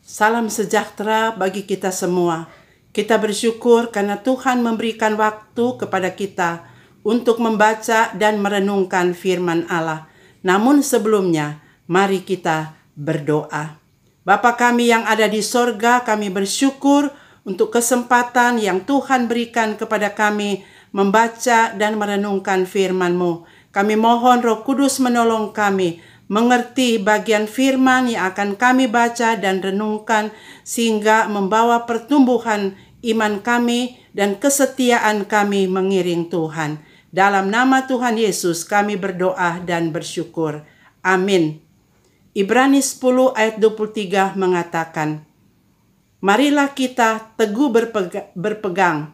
Salam sejahtera bagi kita semua. Kita bersyukur karena Tuhan memberikan waktu kepada kita untuk membaca dan merenungkan firman Allah. Namun sebelumnya, mari kita berdoa. Bapa kami yang ada di sorga, kami bersyukur untuk kesempatan yang Tuhan berikan kepada kami membaca dan merenungkan firman-Mu. Kami mohon Roh Kudus menolong kami mengerti bagian firman yang akan kami baca dan renungkan sehingga membawa pertumbuhan iman kami dan kesetiaan kami mengiring Tuhan. Dalam nama Tuhan Yesus kami berdoa dan bersyukur. Amin. Ibrani 10 ayat 23 mengatakan, marilah kita teguh berpegang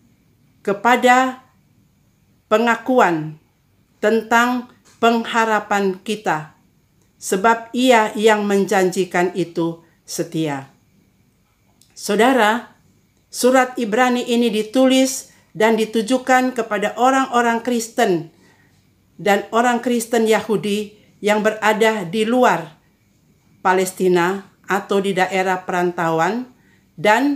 kepada pengakuan tentang pengharapan kita, sebab Ia yang menjanjikan itu setia. Saudara, surat Ibrani ini ditulis dan ditujukan kepada orang-orang Kristen dan orang Kristen Yahudi yang berada di luar Palestina atau di daerah perantauan dan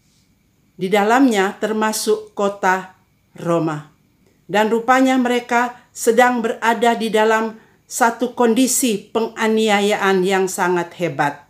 di dalamnya termasuk kota Roma. Dan rupanya mereka sedang berada di dalam satu kondisi penganiayaan yang sangat hebat,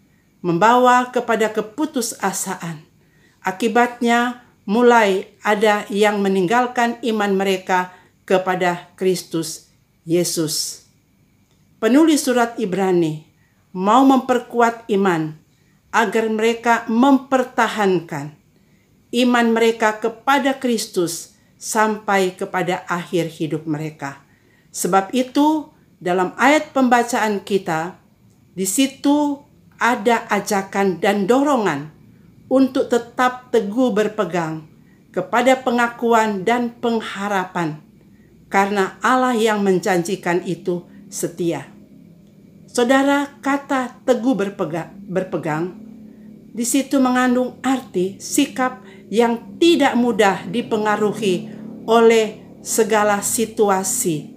membawa kepada keputusasaan. Akibatnya mulai ada yang meninggalkan iman mereka kepada Kristus Yesus. Penulis surat Ibrani mau memperkuat iman agar mereka mempertahankan iman mereka kepada Kristus sampai kepada akhir hidup mereka. Sebab itu, dalam ayat pembacaan kita, di situ ada ajakan dan dorongan untuk tetap teguh berpegang kepada pengakuan dan pengharapan, karena Allah yang menjanjikan itu setia. Saudara, kata teguh berpegang di situ mengandung arti sikap yang tidak mudah dipengaruhi oleh segala situasi,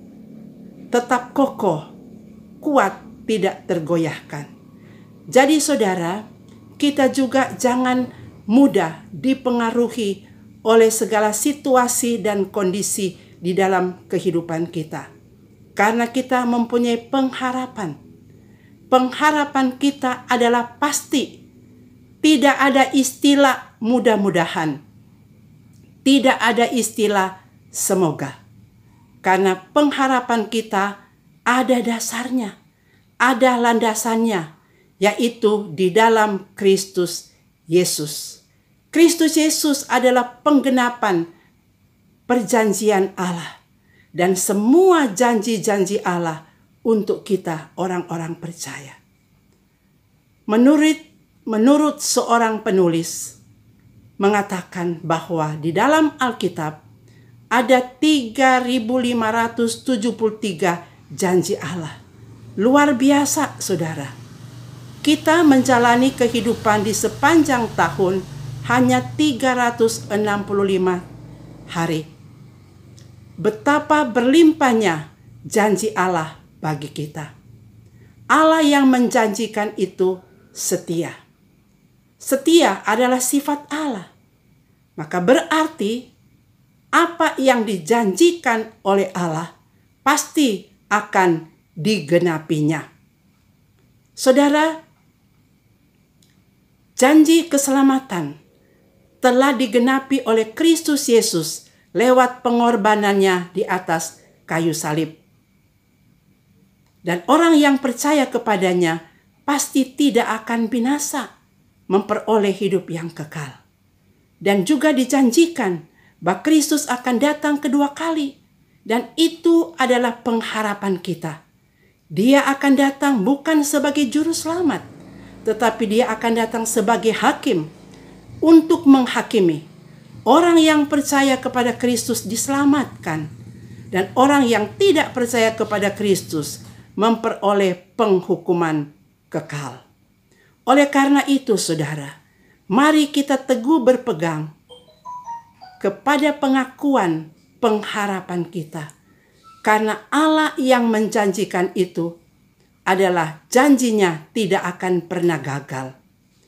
tetap kokoh, kuat, tidak tergoyahkan. Jadi saudara, kita juga jangan mudah dipengaruhi oleh segala situasi dan kondisi di dalam kehidupan kita. Karena kita mempunyai pengharapan. Pengharapan kita adalah pasti. Tidak ada istilah mudah-mudahan. Tidak ada istilah semoga. Karena pengharapan kita ada dasarnya, ada landasannya, yaitu di dalam Kristus Yesus. Kristus Yesus adalah penggenapan perjanjian Allah dan semua janji-janji Allah untuk kita orang-orang percaya. Menurut seorang penulis mengatakan bahwa di dalam Alkitab ada 3.573 janji Allah. Luar biasa, saudara. Kita menjalani kehidupan di sepanjang tahun hanya 365 hari. Betapa berlimpahnya janji Allah bagi kita. Allah yang menjanjikan itu setia. Setia adalah sifat Allah. Maka berarti apa yang dijanjikan oleh Allah pasti akan digenapinya. Saudara, janji keselamatan telah digenapi oleh Kristus Yesus lewat pengorbanannya di atas kayu salib. Dan orang yang percaya kepadanya pasti tidak akan binasa, memperoleh hidup yang kekal. Dan juga dijanjikan bahwa Kristus akan datang kedua kali. Dan itu adalah pengharapan kita. Dia akan datang bukan sebagai juru selamat, tetapi dia akan datang sebagai hakim untuk menghakimi. Orang yang percaya kepada Kristus diselamatkan, dan orang yang tidak percaya kepada Kristus memperoleh penghukuman kekal. Oleh karena itu, saudara, mari kita teguh berpegang kepada pengakuan pengharapan kita. Karena Allah yang menjanjikan itu adalah janjinya tidak akan pernah gagal.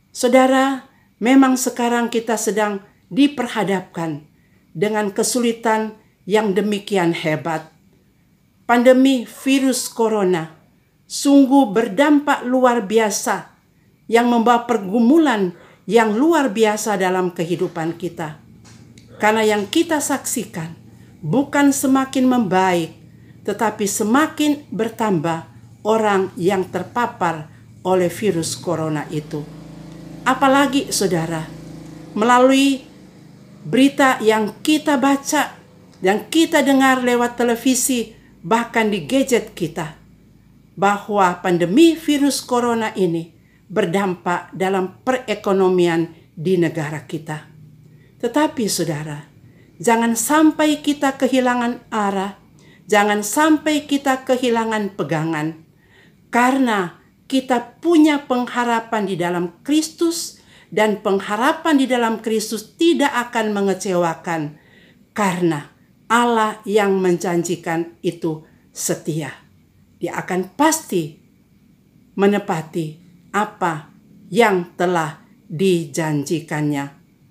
Saudara, memang sekarang kita sedang diperhadapkan dengan kesulitan yang demikian hebat. Pandemi virus corona sungguh berdampak luar biasa yang membawa pergumulan yang luar biasa dalam kehidupan kita. Karena yang kita saksikan bukan semakin membaik, tetapi semakin bertambah orang yang terpapar oleh virus corona itu. Apalagi saudara, melalui berita yang kita baca dan kita dengar lewat televisi, bahkan di gadget kita, bahwa pandemi virus corona ini berdampak dalam perekonomian di negara kita. Tetapi saudara, jangan sampai kita kehilangan arah, jangan sampai kita kehilangan pegangan, karena kita punya pengharapan di dalam Kristus, dan pengharapan di dalam Kristus tidak akan mengecewakan, karena Allah yang menjanjikan itu setia. Dia akan pasti menepati apa yang telah dijanjikannya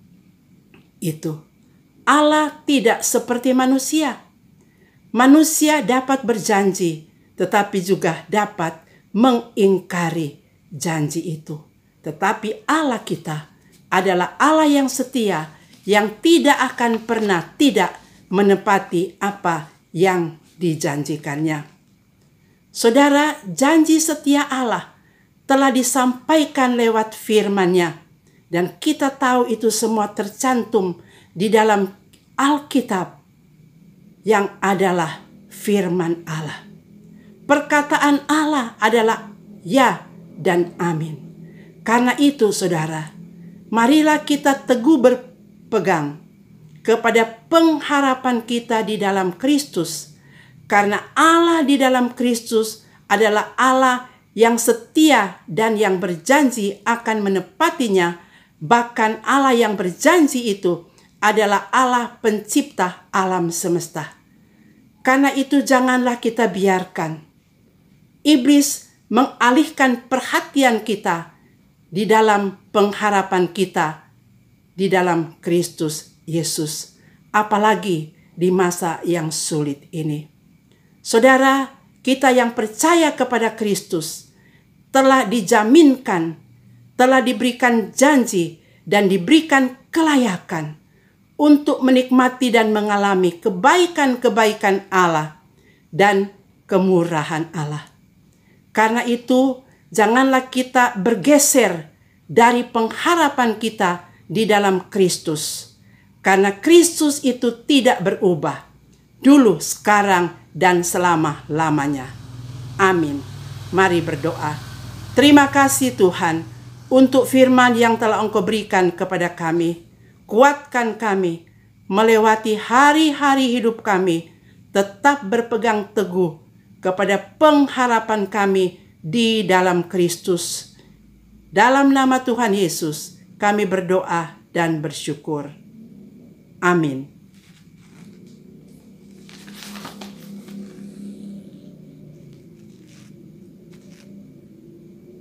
itu. Allah tidak seperti manusia. Manusia dapat berjanji, tetapi juga dapat mengingkari janji itu. Tetapi Allah kita adalah Allah yang setia, yang tidak akan pernah tidak menepati apa yang dijanjikannya. Saudara, janji setia Allah telah disampaikan lewat firman-Nya, dan kita tahu itu semua tercantum di dalam Alkitab yang adalah firman Allah. Perkataan Allah adalah ya dan amin. Karena itu saudara, marilah kita teguh berpegang kepada pengharapan kita di dalam Kristus, karena Allah di dalam Kristus adalah Allah yang setia dan yang berjanji akan menepatinya. Bahkan Allah yang berjanji itu adalah Allah pencipta alam semesta. Karena itu janganlah kita biarkan iblis mengalihkan perhatian kita di dalam pengharapan kita di dalam Kristus Yesus, apalagi di masa yang sulit ini. Saudara, kita yang percaya kepada Kristus telah dijaminkan, telah diberikan janji dan diberikan kelayakan untuk menikmati dan mengalami kebaikan-kebaikan Allah dan kemurahan Allah. Karena itu, janganlah kita bergeser dari pengharapan kita di dalam Kristus. Karena Kristus itu tidak berubah, dulu, sekarang, dan selama-lamanya. Amin. Mari berdoa. Terima kasih Tuhan untuk firman yang telah Engkau berikan kepada kami. Kuatkan kami melewati hari-hari hidup kami, tetap berpegang teguh kepada pengharapan kami di dalam Kristus. Dalam nama Tuhan Yesus, kami berdoa dan bersyukur. Amin.